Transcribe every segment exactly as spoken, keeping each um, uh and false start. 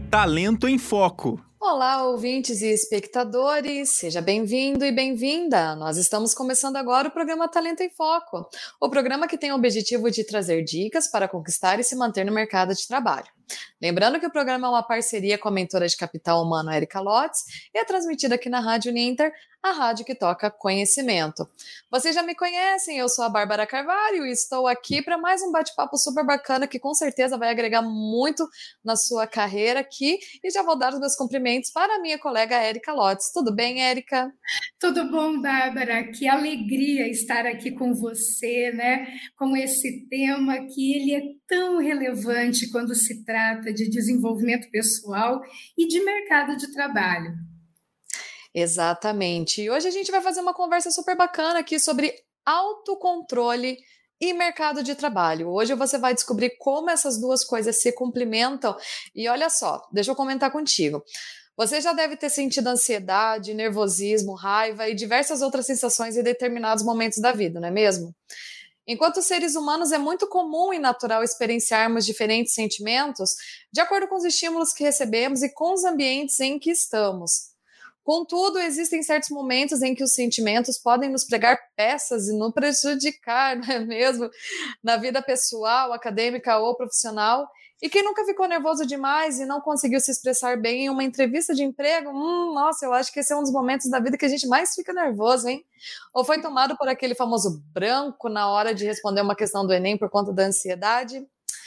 Talento em Foco. Olá, ouvintes e espectadores, seja bem-vindo e bem-vinda. Nós estamos começando agora o programa Talento em Foco, o programa que tem o objetivo de trazer dicas para conquistar e se manter no mercado de trabalho. Lembrando que o programa é uma parceria com a mentora de capital humano Erika Lotz e é transmitido aqui na Rádio Ninter, a rádio que toca conhecimento. Vocês já me conhecem, eu sou a Bárbara Carvalho e estou aqui para mais um bate-papo super bacana que com certeza vai agregar muito na sua carreira aqui, e já vou dar os meus cumprimentos para a minha colega Erika Lotz. Tudo bem, Erika? Tudo bom, Bárbara? Que alegria estar aqui com você, né? Com esse tema que ele é tão relevante quando se trata de desenvolvimento pessoal e de mercado de trabalho. Exatamente. E hoje a gente vai fazer uma conversa super bacana aqui sobre autocontrole e mercado de trabalho. Hoje você vai descobrir como essas duas coisas se complementam. E olha só, deixa eu comentar contigo. Você já deve ter sentido ansiedade, nervosismo, raiva e diversas outras sensações em determinados momentos da vida, não é mesmo? Enquanto seres humanos é muito comum e natural experienciarmos diferentes sentimentos de acordo com os estímulos que recebemos e com os ambientes em que estamos. Contudo, existem certos momentos em que os sentimentos podem nos pregar peças e nos prejudicar, não é mesmo? Na vida pessoal, acadêmica ou profissional. E quem nunca ficou nervoso demais e não conseguiu se expressar bem em uma entrevista de emprego? Hum, nossa, eu acho que esse é um dos momentos da vida que a gente mais fica nervoso, hein? Ou foi tomado por aquele famoso branco na hora de responder uma questão do Enem por conta da ansiedade?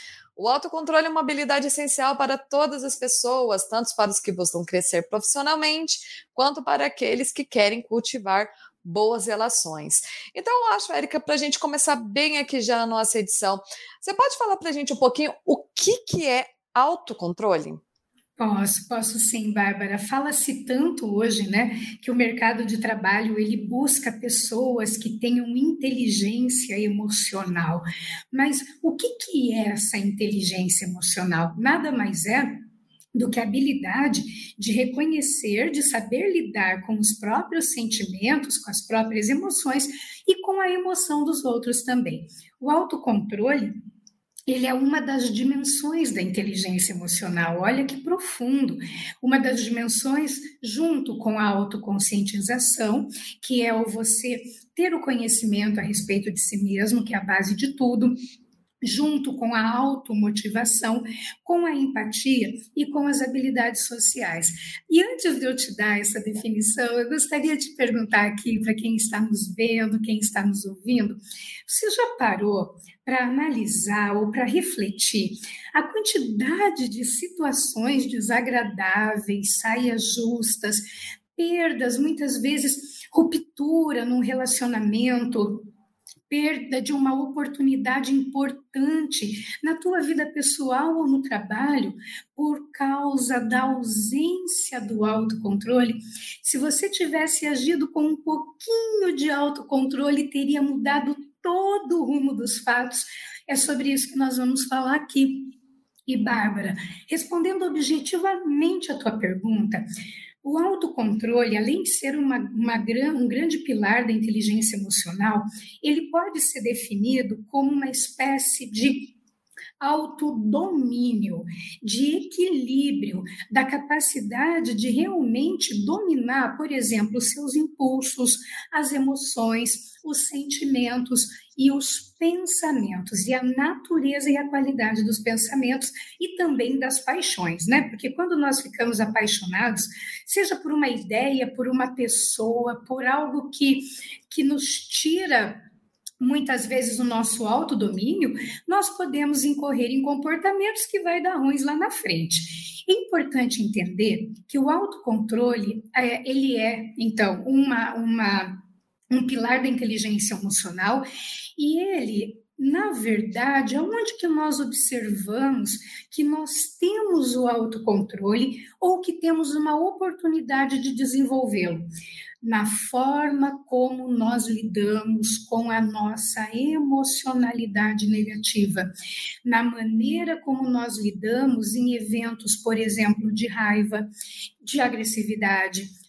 O autocontrole é uma habilidade essencial para todas as pessoas, tanto para os que buscam crescer profissionalmente, quanto para aqueles que querem cultivar boas relações. Então, eu acho, Erika, para a gente começar bem aqui já na nossa edição, você pode falar para a gente um pouquinho o que, que é autocontrole? Posso, posso sim, Bárbara. Fala-se tanto hoje, né, que o mercado de trabalho ele busca pessoas que tenham inteligência emocional. Mas o que, que é essa inteligência emocional? Nada mais é do que a habilidade de reconhecer, de saber lidar com os próprios sentimentos, com as próprias emoções e com a emoção dos outros também. O autocontrole, ele é uma das dimensões da inteligência emocional. Olha que profundo. Uma das dimensões, junto com a autoconscientização, que é o você ter o conhecimento a respeito de si mesmo, que é a base de tudo, junto com a automotivação, com a empatia e com as habilidades sociais. E antes de eu te dar essa definição, eu gostaria de perguntar aqui para quem está nos vendo, quem está nos ouvindo, você já parou para analisar ou para refletir a quantidade de situações desagradáveis, saias justas, perdas, muitas vezes ruptura num relacionamento, perda de uma oportunidade importante na tua vida pessoal ou no trabalho por causa da ausência do autocontrole? Se você tivesse agido com um pouquinho de autocontrole, teria mudado todo o rumo dos fatos. É sobre isso que nós vamos falar aqui. E, Bárbara, respondendo objetivamente a tua pergunta, o autocontrole, além de ser uma, uma, um grande pilar da inteligência emocional, ele pode ser definido como uma espécie de autodomínio, de equilíbrio, da capacidade de realmente dominar, por exemplo, os seus impulsos, as emoções, os sentimentos e os pensamentos, e a natureza e a qualidade dos pensamentos e também das paixões, né? Porque quando nós ficamos apaixonados, seja por uma ideia, por uma pessoa, por algo que, que nos tira muitas vezes o nosso autodomínio, nós podemos incorrer em comportamentos que vai dar ruins lá na frente. É importante entender que o autocontrole, ele é, então, uma, uma, um pilar da inteligência emocional, e ele, na verdade, aonde que nós observamos que nós temos o autocontrole ou que temos uma oportunidade de desenvolvê-lo? Na forma como nós lidamos com a nossa emocionalidade negativa, na maneira como nós lidamos em eventos, por exemplo, de raiva, de agressividade,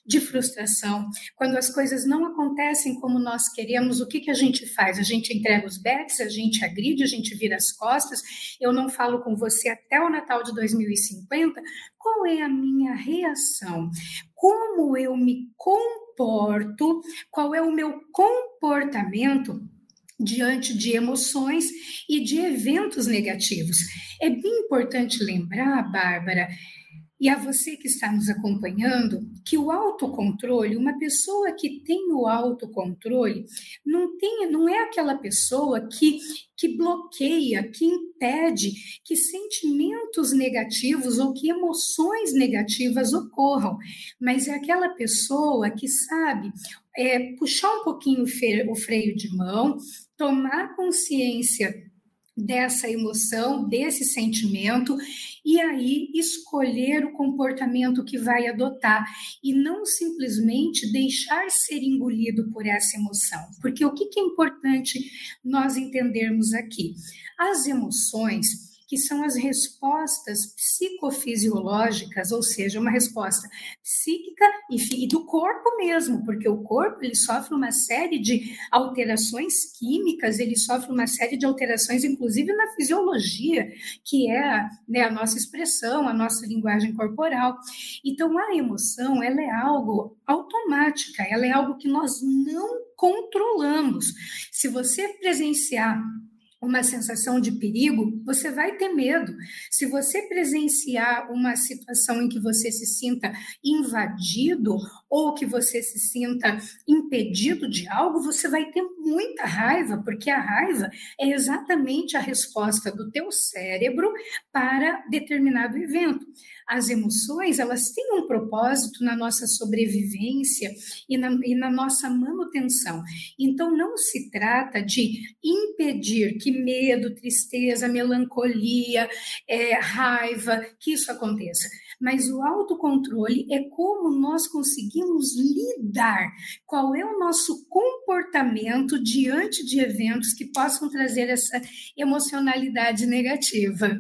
de frustração. Quando as coisas não acontecem como nós queremos, o que, que a gente faz? A gente entrega os bets, a gente agride, a gente vira as costas. Eu não falo com você até o Natal de dois mil e cinquenta. Qual é a minha reação? Como eu me comporto? Qual é o meu comportamento diante de emoções e de eventos negativos? É bem importante lembrar, Bárbara, e a você que está nos acompanhando, que o autocontrole, uma pessoa que tem o autocontrole, não, tem, não é aquela pessoa que, que bloqueia, que impede que sentimentos negativos ou que emoções negativas ocorram, mas é aquela pessoa que sabe é, puxar um pouquinho o freio de mão, tomar consciência dessa emoção, desse sentimento, e aí escolher o comportamento que vai adotar e não simplesmente deixar ser engolido por essa emoção. Porque o que é importante nós entendermos aqui? As emoções, que são as respostas psicofisiológicas, ou seja, uma resposta psíquica e do corpo mesmo, porque o corpo ele sofre uma série de alterações químicas, ele sofre uma série de alterações, inclusive na fisiologia, que é, né, a nossa expressão, a nossa linguagem corporal. Então, a emoção, ela é algo automática, ela é algo que nós não controlamos. Se você presenciar uma sensação de perigo, você vai ter medo. Se você presenciar uma situação em que você se sinta invadido ou que você se sinta impedido de algo, você vai ter muita raiva, porque a raiva é exatamente a resposta do teu cérebro para determinado evento. As emoções, elas têm um propósito na nossa sobrevivência e na, e na nossa manutenção. Então, não se trata de impedir que medo, tristeza, melancolia, é, raiva, que isso aconteça. Mas o autocontrole é como nós conseguimos lidar, qual é o nosso comportamento diante de eventos que possam trazer essa emocionalidade negativa.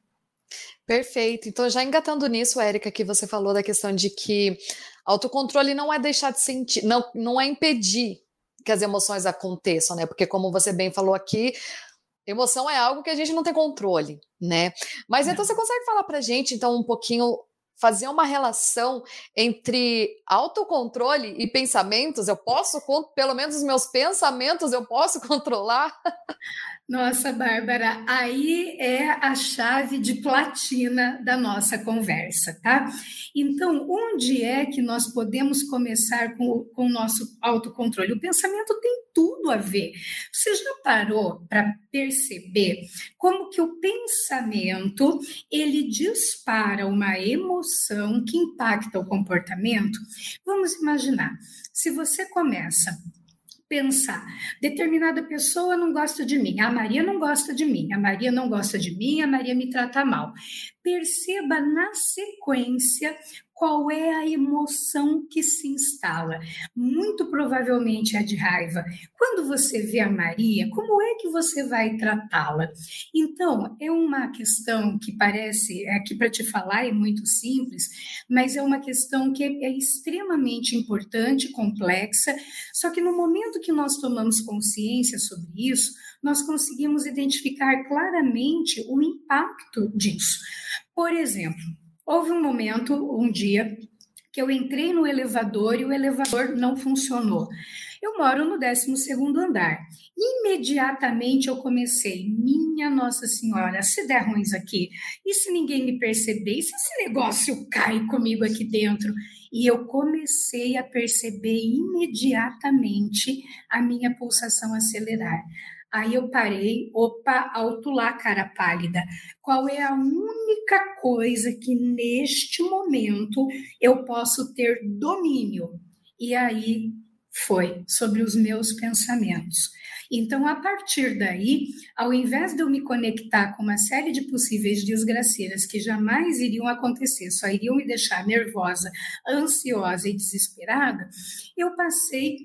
Perfeito. Então, já engatando nisso, Érica, que você falou da questão de que autocontrole não é deixar de sentir, não, não é impedir que as emoções aconteçam, né? Porque, como você bem falou aqui, emoção é algo que a gente não tem controle, né? Mas então você consegue falar pra gente, então, um pouquinho, fazer uma relação entre autocontrole e pensamentos? Eu posso, pelo menos os meus pensamentos, eu posso controlar? Nossa, Bárbara, aí é a chave de platina da nossa conversa, tá? Então, onde é que nós podemos começar com, com o nosso autocontrole? O pensamento tem tudo a ver. Você já parou para perceber como que o pensamento, ele dispara uma emoção que impacta o comportamento? Vamos imaginar, se você começa pensar, determinada pessoa não gosta de mim, a Maria não gosta de mim, a Maria não gosta de mim, a Maria me trata mal. Perceba na sequência qual é a emoção que se instala. Muito provavelmente é de raiva. Quando você vê a Maria, como é que você vai tratá-la? Então, é uma questão que parece, aqui para te falar é muito simples, mas é uma questão que é extremamente importante, complexa, só que no momento que nós tomamos consciência sobre isso, nós conseguimos identificar claramente o impacto disso. Por exemplo, houve um momento, um dia, que eu entrei no elevador e o elevador não funcionou. Eu moro no décimo segundo andar. Imediatamente eu comecei, minha Nossa Senhora, se der ruim isso aqui, e se ninguém me perceber, e se esse negócio cai comigo aqui dentro? E eu comecei a perceber imediatamente a minha pulsação acelerar. Aí eu parei, opa, alto lá, cara pálida. Qual é a única coisa que neste momento eu posso ter domínio? E aí foi sobre os meus pensamentos. Então, a partir daí, ao invés de eu me conectar com uma série de possíveis desgraceiras que jamais iriam acontecer, só iriam me deixar nervosa, ansiosa e desesperada, eu passei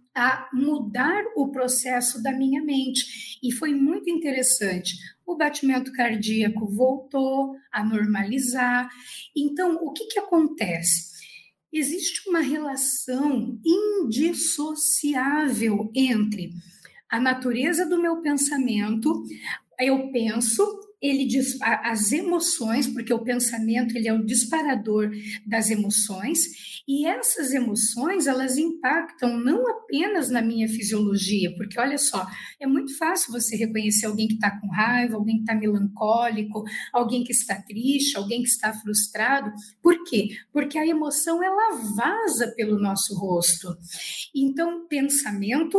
a mudar o processo da minha mente. E foi muito interessante. O batimento cardíaco voltou a normalizar. Então, o que que acontece? existe uma relação indissociável entre a natureza do meu pensamento. Eu penso, ele diz, as emoções, porque o pensamento ele é o disparador das emoções, e essas emoções elas impactam não apenas na minha fisiologia, porque olha só, é muito fácil você reconhecer alguém que está com raiva, alguém que está melancólico, alguém que está triste, alguém que está frustrado. Por quê? Porque a emoção ela vaza pelo nosso rosto. Então, pensamento,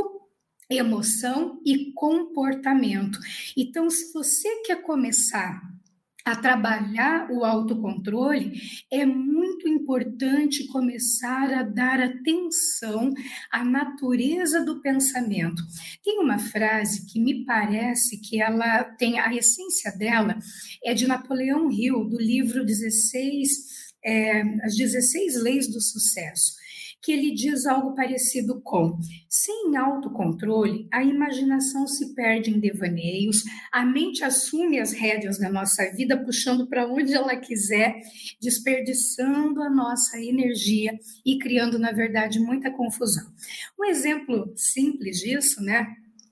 emoção e comportamento. Então, se você quer começar a trabalhar o autocontrole, é muito importante começar a dar atenção à natureza do pensamento. Tem uma frase que me parece que ela tem, a essência dela é de Napoleão Hill, do livro dezesseis, é, As dezesseis Leis do Sucesso, que ele diz algo parecido com: sem autocontrole, a imaginação se perde em devaneios, a mente assume as rédeas da nossa vida, puxando para onde ela quiser, desperdiçando a nossa energia e criando, na verdade, muita confusão. Um exemplo simples disso, né?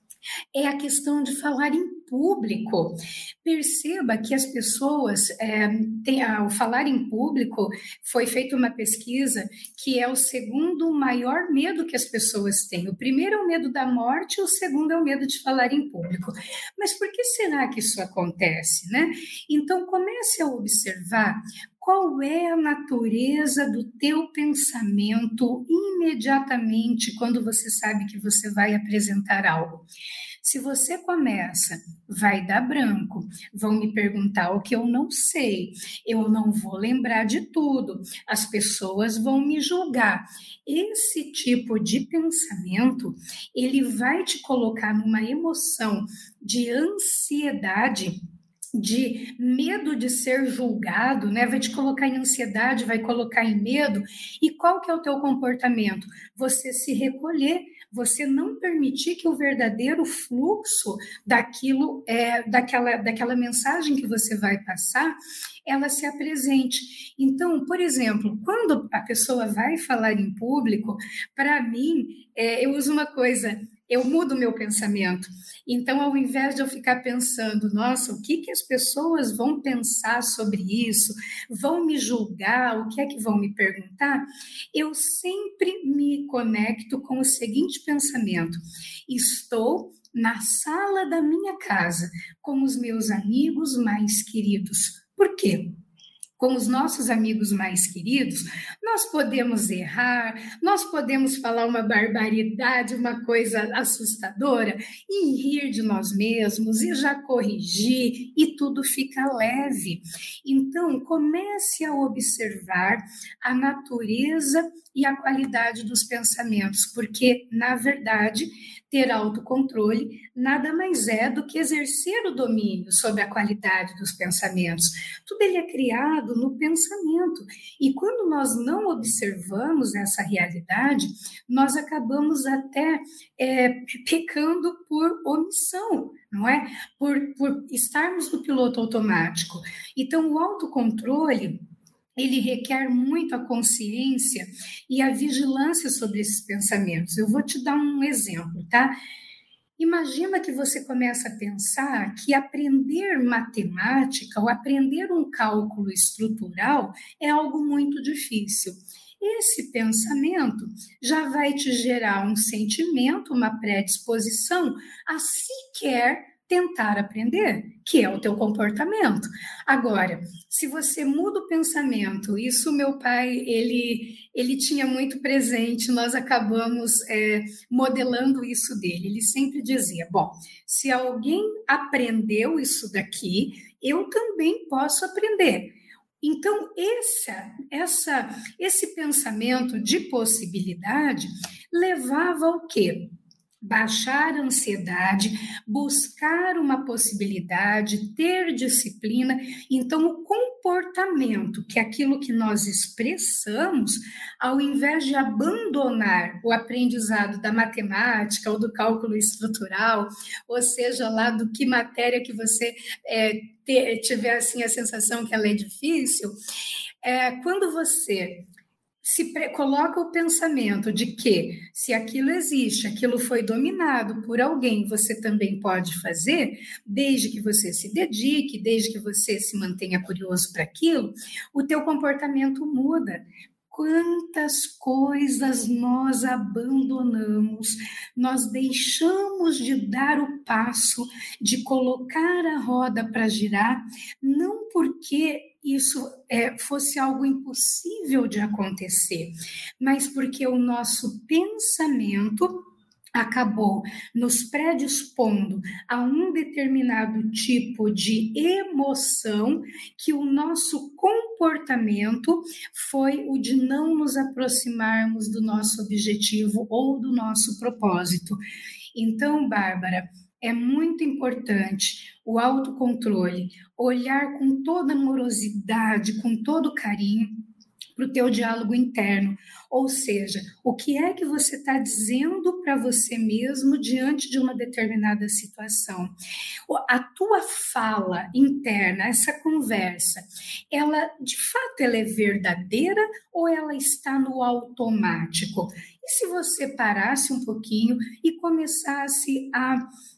É a questão de falar em público. Perceba que as pessoas, é, têm, ao falar em público, foi feita uma pesquisa que é o segundo maior medo que as pessoas têm. O primeiro é o medo da morte, o segundo é o medo de falar em público. Mas por que será que isso acontece, né? Então, comece a observar qual é a natureza do teu pensamento imediatamente quando você sabe que você vai apresentar algo. Se você começa, vai dar branco, vão me perguntar o que eu não sei, eu não vou lembrar de tudo, as pessoas vão me julgar. Esse tipo de pensamento, ele vai te colocar numa emoção de ansiedade, de medo de ser julgado, né? Vai te colocar em ansiedade, vai colocar em medo. E qual que é o teu comportamento? Você se recolher, você não permitir que o verdadeiro fluxo daquilo, é, daquela, daquela mensagem que você vai passar, ela se apresente. Então, por exemplo, quando a pessoa vai falar em público, para mim, é, eu uso uma coisa, eu mudo o meu pensamento. Então, ao invés de eu ficar pensando, nossa, o que, que as pessoas vão pensar sobre isso? Vão me julgar? O que é que vão me perguntar? Eu sempre me conecto com o seguinte pensamento: estou na sala da minha casa com os meus amigos mais queridos. Por quê? Com os nossos amigos mais queridos, nós podemos errar, nós podemos falar uma barbaridade, uma coisa assustadora, e rir de nós mesmos, e já corrigir, e tudo fica leve. Então, comece a observar a natureza e a qualidade dos pensamentos, porque, na verdade, ter autocontrole nada mais é do que exercer o domínio sobre a qualidade dos pensamentos. Tudo ele é criado no pensamento. E quando nós não observamos essa realidade, nós acabamos até é, pecando por omissão, não é? Por, por estarmos no piloto automático. Então, o autocontrole, ele requer muito a consciência e a vigilância sobre esses pensamentos. Eu vou te dar um exemplo, tá? Imagina que você começa a pensar que aprender matemática ou aprender um cálculo estrutural é algo muito difícil. Esse pensamento já vai te gerar um sentimento, uma predisposição a sequer tentar aprender, que é o teu comportamento. Agora, se você muda o pensamento, isso meu pai, ele, ele tinha muito presente, nós acabamos é, modelando isso dele. Ele sempre dizia, bom, se alguém aprendeu isso daqui, eu também posso aprender. Então, essa, essa, esse pensamento de possibilidade levava ao quê? Baixar a ansiedade, buscar uma possibilidade, ter disciplina. Então, o comportamento, que é aquilo que nós expressamos, ao invés de abandonar o aprendizado da matemática ou do cálculo estrutural, ou seja, lá do que matéria que você é, ter, tiver assim, a sensação que ela é difícil, é, quando você se pre- coloca o pensamento de que se aquilo existe, aquilo foi dominado por alguém, você também pode fazer, desde que você se dedique, desde que você se mantenha curioso para aquilo, o teu comportamento muda. Quantas coisas nós abandonamos, nós deixamos de dar o passo, de colocar a roda para girar, não porque isso é, fosse algo impossível de acontecer, mas porque o nosso pensamento acabou nos predispondo a um determinado tipo de emoção que o nosso comportamento foi o de não nos aproximarmos do nosso objetivo ou do nosso propósito. Então, Bárbara, é muito importante o autocontrole, olhar com toda amorosidade, com todo carinho para o teu diálogo interno, ou seja, o que é que você está dizendo para você mesmo diante de uma determinada situação. A tua fala interna, essa conversa, ela de fato ela é verdadeira ou ela está no automático? E se você parasse um pouquinho e começasse a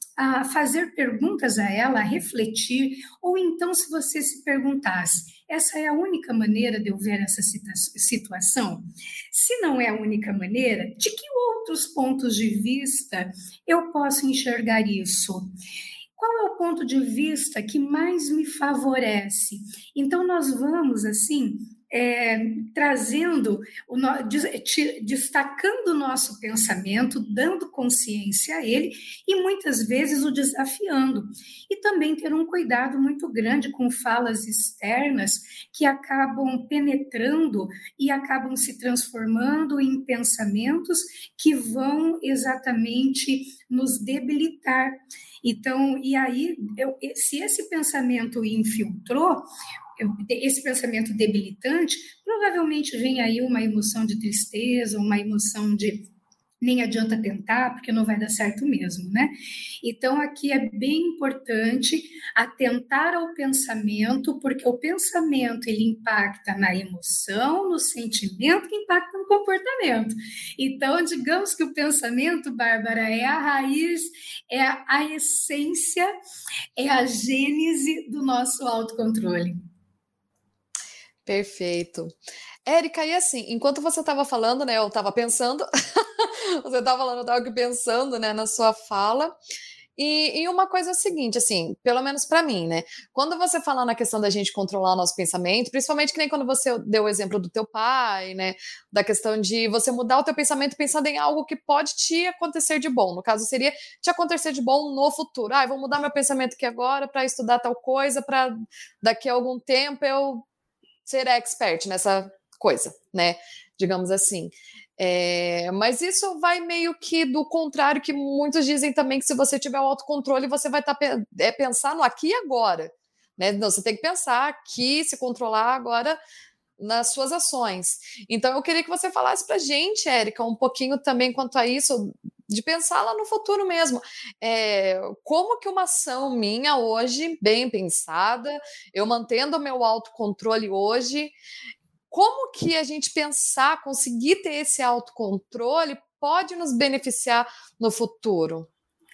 a fazer perguntas a ela, a refletir, ou então se você se perguntasse, essa é a única maneira de eu ver essa situação? Se não é a única maneira, de que outros pontos de vista eu posso enxergar isso? Qual é o ponto de vista que mais me favorece? Então, nós vamos, assim, é, trazendo, o no, destacando o nosso pensamento, dando consciência a ele e muitas vezes o desafiando. E também ter um cuidado muito grande com falas externas que acabam penetrando e acabam se transformando em pensamentos que vão exatamente nos debilitar. Então, e aí, eu, se esse pensamento infiltrou, esse pensamento debilitante, provavelmente vem aí uma emoção de tristeza, uma emoção de nem adianta tentar, porque não vai dar certo mesmo, né? Então, aqui é bem importante atentar ao pensamento, porque o pensamento, ele impacta na emoção, no sentimento, que impacta no comportamento. Então, digamos que o pensamento, Bárbara, é a raiz, é a essência, é a gênese do nosso autocontrole. Perfeito. Érica, e assim, enquanto você estava falando, né, eu estava pensando, você estava falando, eu estava aqui pensando, né, na sua fala, e, e uma coisa é o seguinte, assim, pelo menos para mim, né, quando você fala na questão da gente controlar o nosso pensamento, principalmente que nem quando você deu o exemplo do teu pai, né, da questão de você mudar o teu pensamento pensando em algo que pode te acontecer de bom, no caso seria te acontecer de bom no futuro, ah, eu vou mudar meu pensamento aqui agora para estudar tal coisa, para daqui a algum tempo eu ser expert nessa coisa, né? Digamos assim. É, mas isso vai meio que do contrário, que muitos dizem também que se você tiver o autocontrole, você vai estar tá, é, pensar no aqui e agora. Né? Não, você tem que pensar aqui, se controlar agora nas suas ações. Então eu queria que você falasse pra gente, Érica, um pouquinho também quanto a isso, de pensar lá no futuro mesmo. É, como que uma ação minha hoje, bem pensada, eu mantendo o meu autocontrole hoje, como que a gente pensar, conseguir ter esse autocontrole pode nos beneficiar no futuro?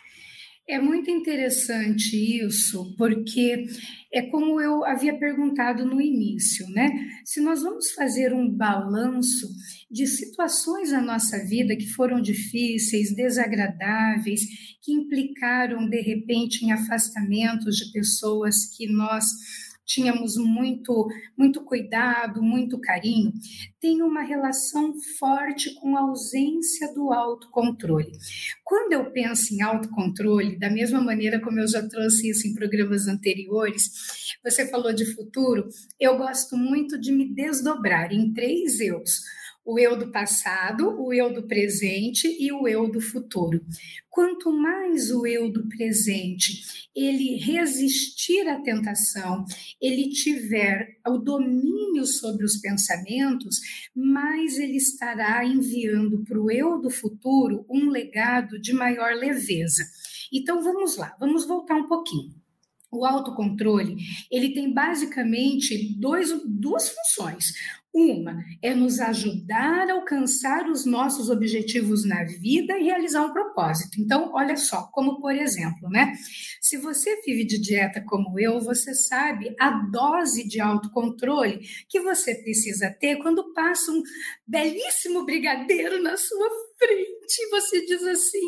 É muito interessante isso, porque é como eu havia perguntado no início, né? Se nós vamos fazer um balanço de situações na nossa vida que foram difíceis, desagradáveis, que implicaram, de repente, em afastamentos de pessoas que nós tínhamos muito, muito cuidado, muito carinho, tem uma relação forte com a ausência do autocontrole. Quando eu penso em autocontrole, da mesma maneira como eu já trouxe isso em programas anteriores, você falou de futuro, eu gosto muito de me desdobrar em três eus. O eu do passado, o eu do presente e o eu do futuro. Quanto mais o eu do presente ele resistir à tentação, ele tiver o domínio sobre os pensamentos, mais ele estará enviando para o eu do futuro um legado de maior leveza. Então vamos lá, vamos voltar um pouquinho. O autocontrole, ele tem basicamente dois, duas funções. Uma é nos ajudar a alcançar os nossos objetivos na vida e realizar um propósito. Então, olha só, como por exemplo, né? Se você vive de dieta como eu, você sabe a dose de autocontrole que você precisa ter quando passa um belíssimo brigadeiro na sua frente e você diz assim: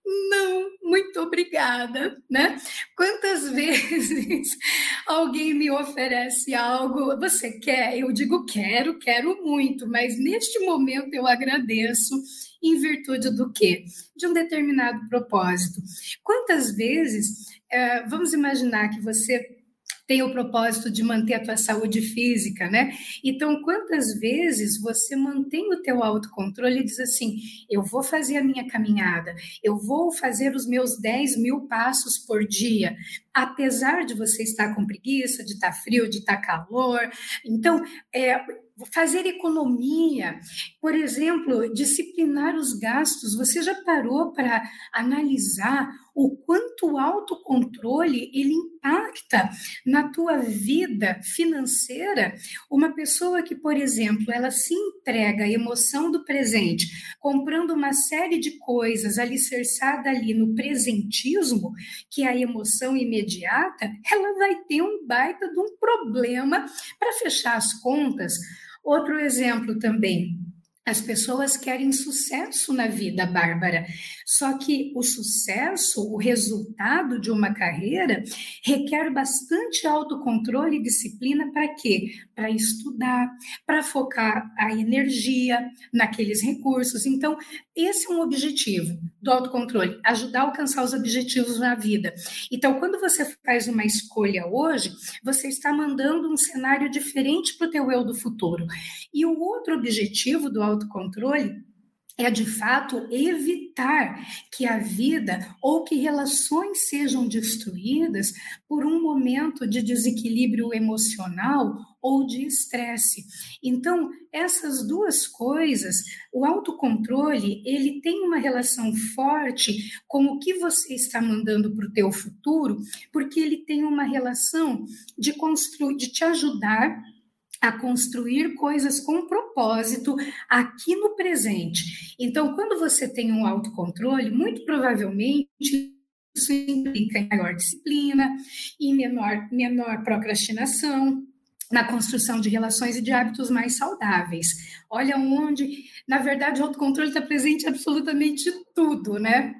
não, muito obrigada, né? Quantas vezes alguém me oferece algo, você quer? Eu digo quero, quero muito, mas neste momento eu agradeço, em virtude do quê? De um determinado propósito. Quantas vezes, eh, vamos imaginar que você tem o propósito de manter a tua saúde física, né? Então, quantas vezes você mantém o teu autocontrole e diz assim, eu vou fazer a minha caminhada, eu vou fazer os meus dez mil passos por dia, apesar de você estar com preguiça, de estar frio, de estar calor. Então, é, fazer economia, por exemplo, disciplinar os gastos. Você já parou para analisar o quanto o autocontrole ele impacta na tua vida financeira? Uma pessoa que, por exemplo, ela se entrega à emoção do presente, comprando uma série de coisas alicerçada ali no presentismo, que é a emoção imediata, ela vai ter um baita de um problema para fechar as contas. Outro exemplo também, as pessoas querem sucesso na vida, Bárbara, só que o sucesso, o resultado de uma carreira, requer bastante autocontrole e disciplina para quê? Para estudar, para focar a energia naqueles recursos. Então, esse é um objetivo do autocontrole, ajudar a alcançar os objetivos na vida. Então, quando você faz uma escolha hoje, você está mandando um cenário diferente para o teu eu do futuro. E o outro objetivo do autocontrole é, de fato, evitar que a vida ou que relações sejam destruídas por um momento de desequilíbrio emocional ou de estresse. Então, essas duas coisas, o autocontrole, ele tem uma relação forte com o que você está mandando para o teu futuro, porque ele tem uma relação de construir, de te ajudar a construir coisas com propósito aqui no presente. Então, quando você tem um autocontrole, muito provavelmente isso implica em maior disciplina, em menor, menor procrastinação, na construção de relações e de hábitos mais saudáveis. Olha onde, na verdade, o autocontrole está presente em absolutamente tudo, né?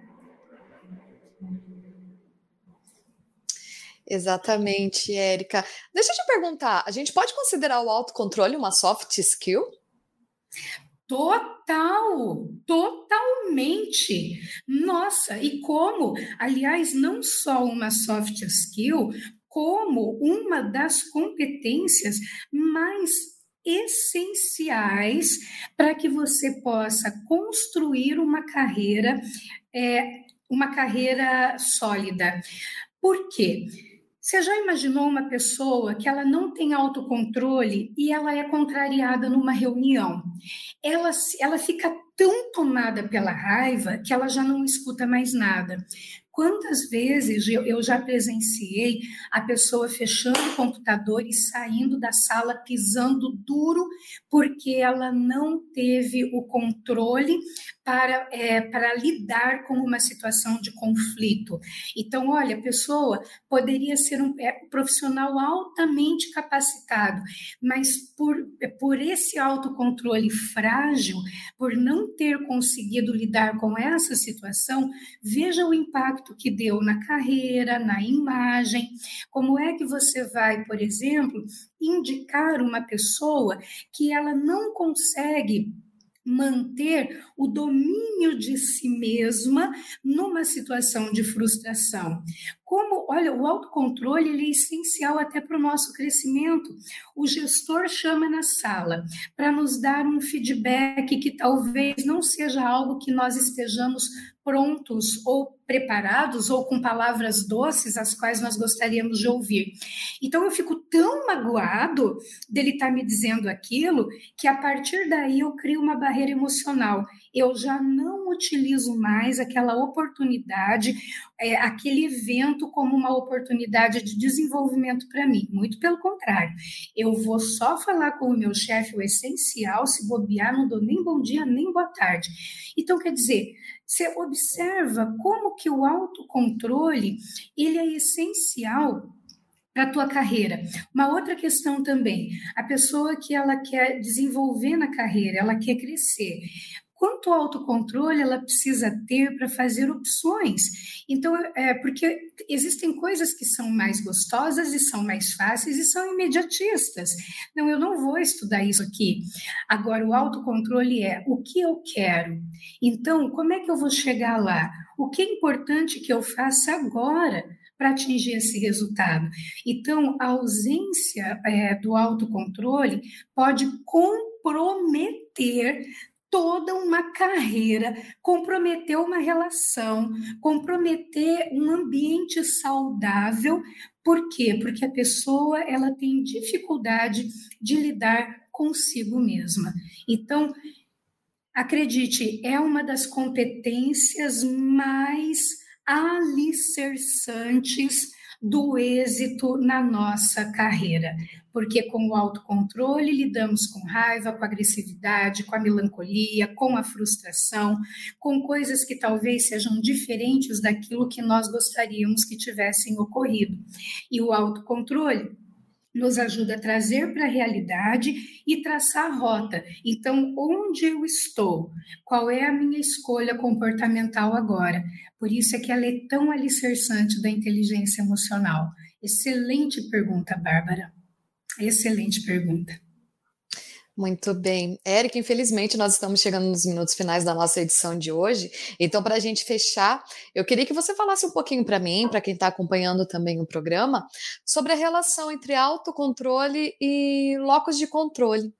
Exatamente, Érica. Deixa eu te perguntar, a gente pode considerar o autocontrole uma soft skill? Total, totalmente. Nossa, e como? Aliás, não só uma soft skill, como uma das competências mais essenciais para que você possa construir uma carreira, é, uma carreira sólida. Por quê? Você já imaginou uma pessoa que ela não tem autocontrole e ela é contrariada numa reunião? Ela, ela fica tão tomada pela raiva que ela já não escuta mais nada. Quantas vezes eu, eu já presenciei a pessoa fechando o computador e saindo da sala pisando duro porque ela não teve o controle para, é, para lidar com uma situação de conflito. Então, olha, a pessoa poderia ser um é, profissional altamente capacitado, mas por, por esse autocontrole frágil, por não ter conseguido lidar com essa situação, veja o impacto que deu na carreira, na imagem. Como é que você vai, por exemplo, indicar uma pessoa que ela não consegue manter o domínio de si mesma numa situação de frustração? Como, olha, o autocontrole ele é essencial até para o nosso crescimento. O gestor chama na sala para nos dar um feedback que talvez não seja algo que nós estejamos prontos ou preparados ou com palavras doces as quais nós gostaríamos de ouvir. Então eu fico tão magoado dele estar me dizendo aquilo que a partir daí eu crio uma barreira emocional. Eu já não utilizo mais aquela oportunidade, é, aquele evento como uma oportunidade de desenvolvimento para mim. Muito pelo contrário, eu vou só falar com o meu chefe o essencial, se bobear, não dou nem bom dia, nem boa tarde. Então, quer dizer, você observa como que o autocontrole, ele é essencial para a tua carreira. Uma outra questão também, a pessoa que ela quer desenvolver na carreira, ela quer crescer. Quanto autocontrole ela precisa ter para fazer opções? Então, é porque existem coisas que são mais gostosas e são mais fáceis e são imediatistas. Não, eu não vou estudar isso aqui. Agora, o autocontrole é o que eu quero. Então, como é que eu vou chegar lá? O que é importante que eu faça agora para atingir esse resultado? Então, a ausência é, do autocontrole pode comprometer toda uma carreira, comprometer uma relação, comprometer um ambiente saudável. Por quê? Porque a pessoa ela tem dificuldade de lidar consigo mesma. Então, acredite, é uma das competências mais alicerçantes do êxito na nossa carreira, porque com o autocontrole lidamos com raiva, com agressividade, com a melancolia, com a frustração, com coisas que talvez sejam diferentes daquilo que nós gostaríamos que tivessem ocorrido. E o autocontrole nos ajuda a trazer para a realidade e traçar a rota. Então, onde eu estou? Qual é a minha escolha comportamental agora? Por isso é que ela é tão alicerçante da inteligência emocional. Excelente pergunta, Bárbara. Excelente pergunta. Muito bem. Érica, infelizmente nós estamos chegando nos minutos finais da nossa edição de hoje, então para a gente fechar, eu queria que você falasse um pouquinho para mim, para quem está acompanhando também o programa, sobre a relação entre autocontrole e locus de controle.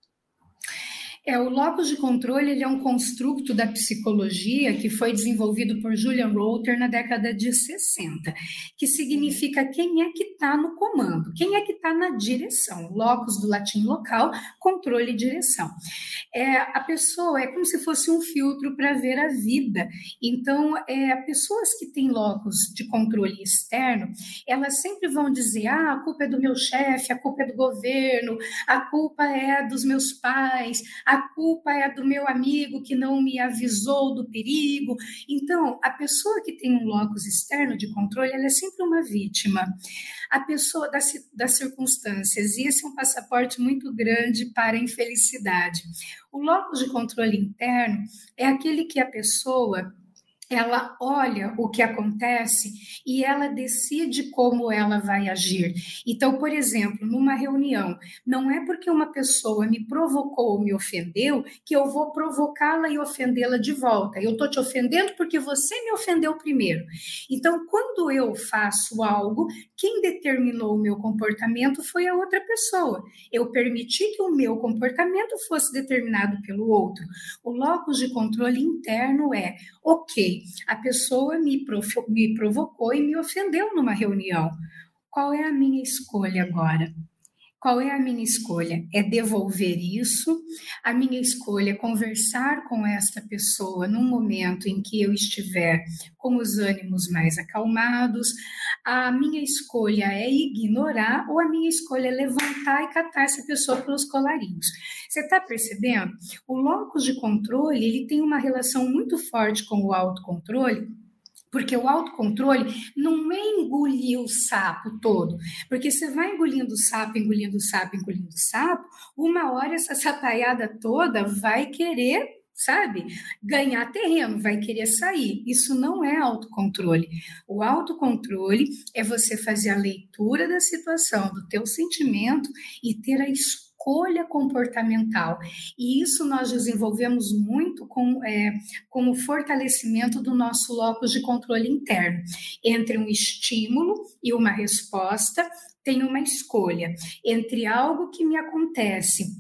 É, o locus de controle ele é um construto da psicologia que foi desenvolvido por Julian Rother na década de sessenta, que significa quem é que está no comando, quem é que está na direção. Locus do latim local, controle e direção. É, a pessoa é como se fosse um filtro para ver a vida. Então, é, pessoas que têm locus de controle externo, elas sempre vão dizer, ah, a culpa é do meu chefe, a culpa é do governo, a culpa é dos meus pais, a culpa é do meu amigo que não me avisou do perigo. Então, a pessoa que tem um locus externo de controle, ela é sempre uma vítima. A pessoa das, das circunstâncias, e esse é um passaporte muito grande para a infelicidade. O locus de controle interno é aquele que a pessoa ela olha o que acontece e ela decide como ela vai agir. Então, por exemplo, numa reunião, não é porque uma pessoa me provocou ou me ofendeu que eu vou provocá-la e ofendê-la de volta. Eu estou te ofendendo porque você me ofendeu primeiro. Então, quando eu faço algo, quem determinou o meu comportamento foi a outra pessoa. Eu permiti que o meu comportamento fosse determinado pelo outro. O locus de controle interno é, ok, a pessoa me, provo- me provocou e me ofendeu numa reunião. Qual é a minha escolha agora? Qual é a minha escolha? É devolver isso? A minha escolha é conversar com esta pessoa num momento em que eu estiver com os ânimos mais acalmados? A minha escolha é ignorar ou a minha escolha é levantar e catar essa pessoa pelos colarinhos? Você está percebendo? O locus de controle ele tem uma relação muito forte com o autocontrole, porque o autocontrole não é engolir o sapo todo, porque você vai engolindo o sapo, engolindo o sapo, engolindo o sapo, uma hora essa sapaiada toda vai querer, sabe, ganhar terreno, vai querer sair. Isso não é autocontrole. O autocontrole é você fazer a leitura da situação, do teu sentimento e ter a escolha escolha comportamental. E isso nós desenvolvemos muito com, é, com o fortalecimento do nosso locus de controle interno. Entre um estímulo e uma resposta, tem uma escolha. Entre algo que me acontece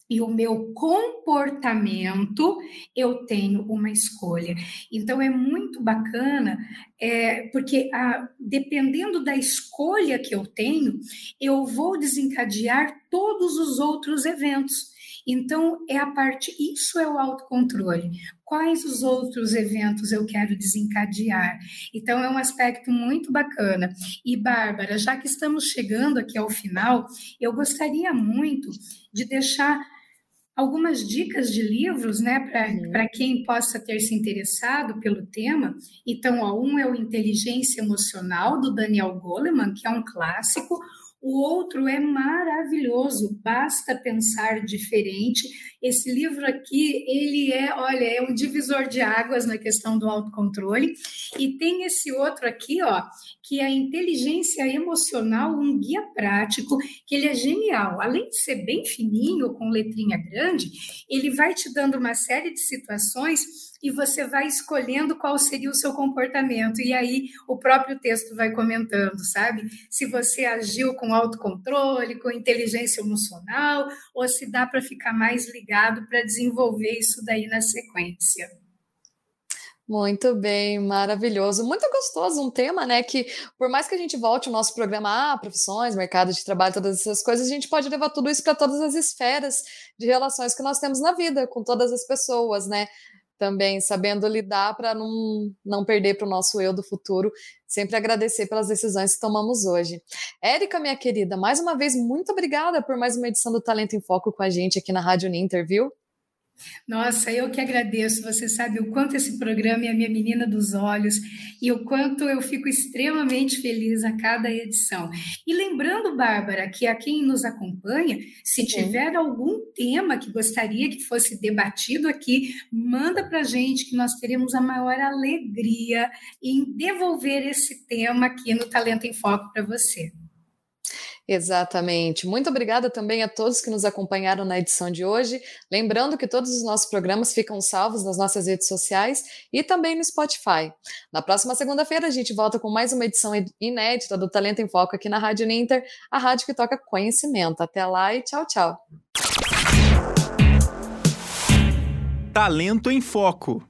e o meu comportamento, eu tenho uma escolha. Então, é muito bacana, é, porque a, dependendo da escolha que eu tenho, eu vou desencadear todos os outros eventos. Então, é a parte, isso é o autocontrole. Quais os outros eventos eu quero desencadear? Então, é um aspecto muito bacana. E, Bárbara, já que estamos chegando aqui ao final, eu gostaria muito de deixar algumas dicas de livros, né, para uhum. quem possa ter se interessado pelo tema. Então, ó, um é o Inteligência Emocional, do Daniel Goleman, que é um clássico. O outro é maravilhoso, Basta Pensar Diferente. Esse livro aqui, ele é, olha, é um divisor de águas na questão do autocontrole. E tem esse outro aqui, ó, que é a Inteligência Emocional, um guia prático, que ele é genial. Além de ser bem fininho, com letrinha grande, ele vai te dando uma série de situações e você vai escolhendo qual seria o seu comportamento. E aí o próprio texto vai comentando, sabe? Se você agiu com autocontrole, com inteligência emocional, ou se dá para ficar mais ligado para desenvolver isso daí na sequência. Muito bem, maravilhoso. Muito gostoso, um tema, né, que por mais que a gente volte o nosso programa a profissões, mercado de trabalho, todas essas coisas, a gente pode levar tudo isso para todas as esferas de relações que nós temos na vida, com todas as pessoas, né, também sabendo lidar para não, não perder para o nosso eu do futuro, sempre agradecer pelas decisões que tomamos hoje. Érica, minha querida, mais uma vez, muito obrigada por mais uma edição do Talento em Foco com a gente aqui na Rádio Uninter, viu? Nossa, eu que agradeço. Você sabe o quanto esse programa é a minha menina dos olhos e o quanto eu fico extremamente feliz a cada edição. E lembrando, Bárbara, que a quem nos acompanha, se tiver algum tema que gostaria que fosse debatido aqui, manda para a gente que nós teremos a maior alegria em devolver esse tema aqui no Talento em Foco para você. Exatamente. Muito obrigada também a todos que nos acompanharam na edição de hoje. Lembrando que todos os nossos programas ficam salvos nas nossas redes sociais e também no Spotify. Na próxima segunda-feira a gente volta com mais uma edição inédita do Talento em Foco aqui na Rádio Uninter, a rádio que toca conhecimento. Até lá e tchau, tchau. Talento em Foco.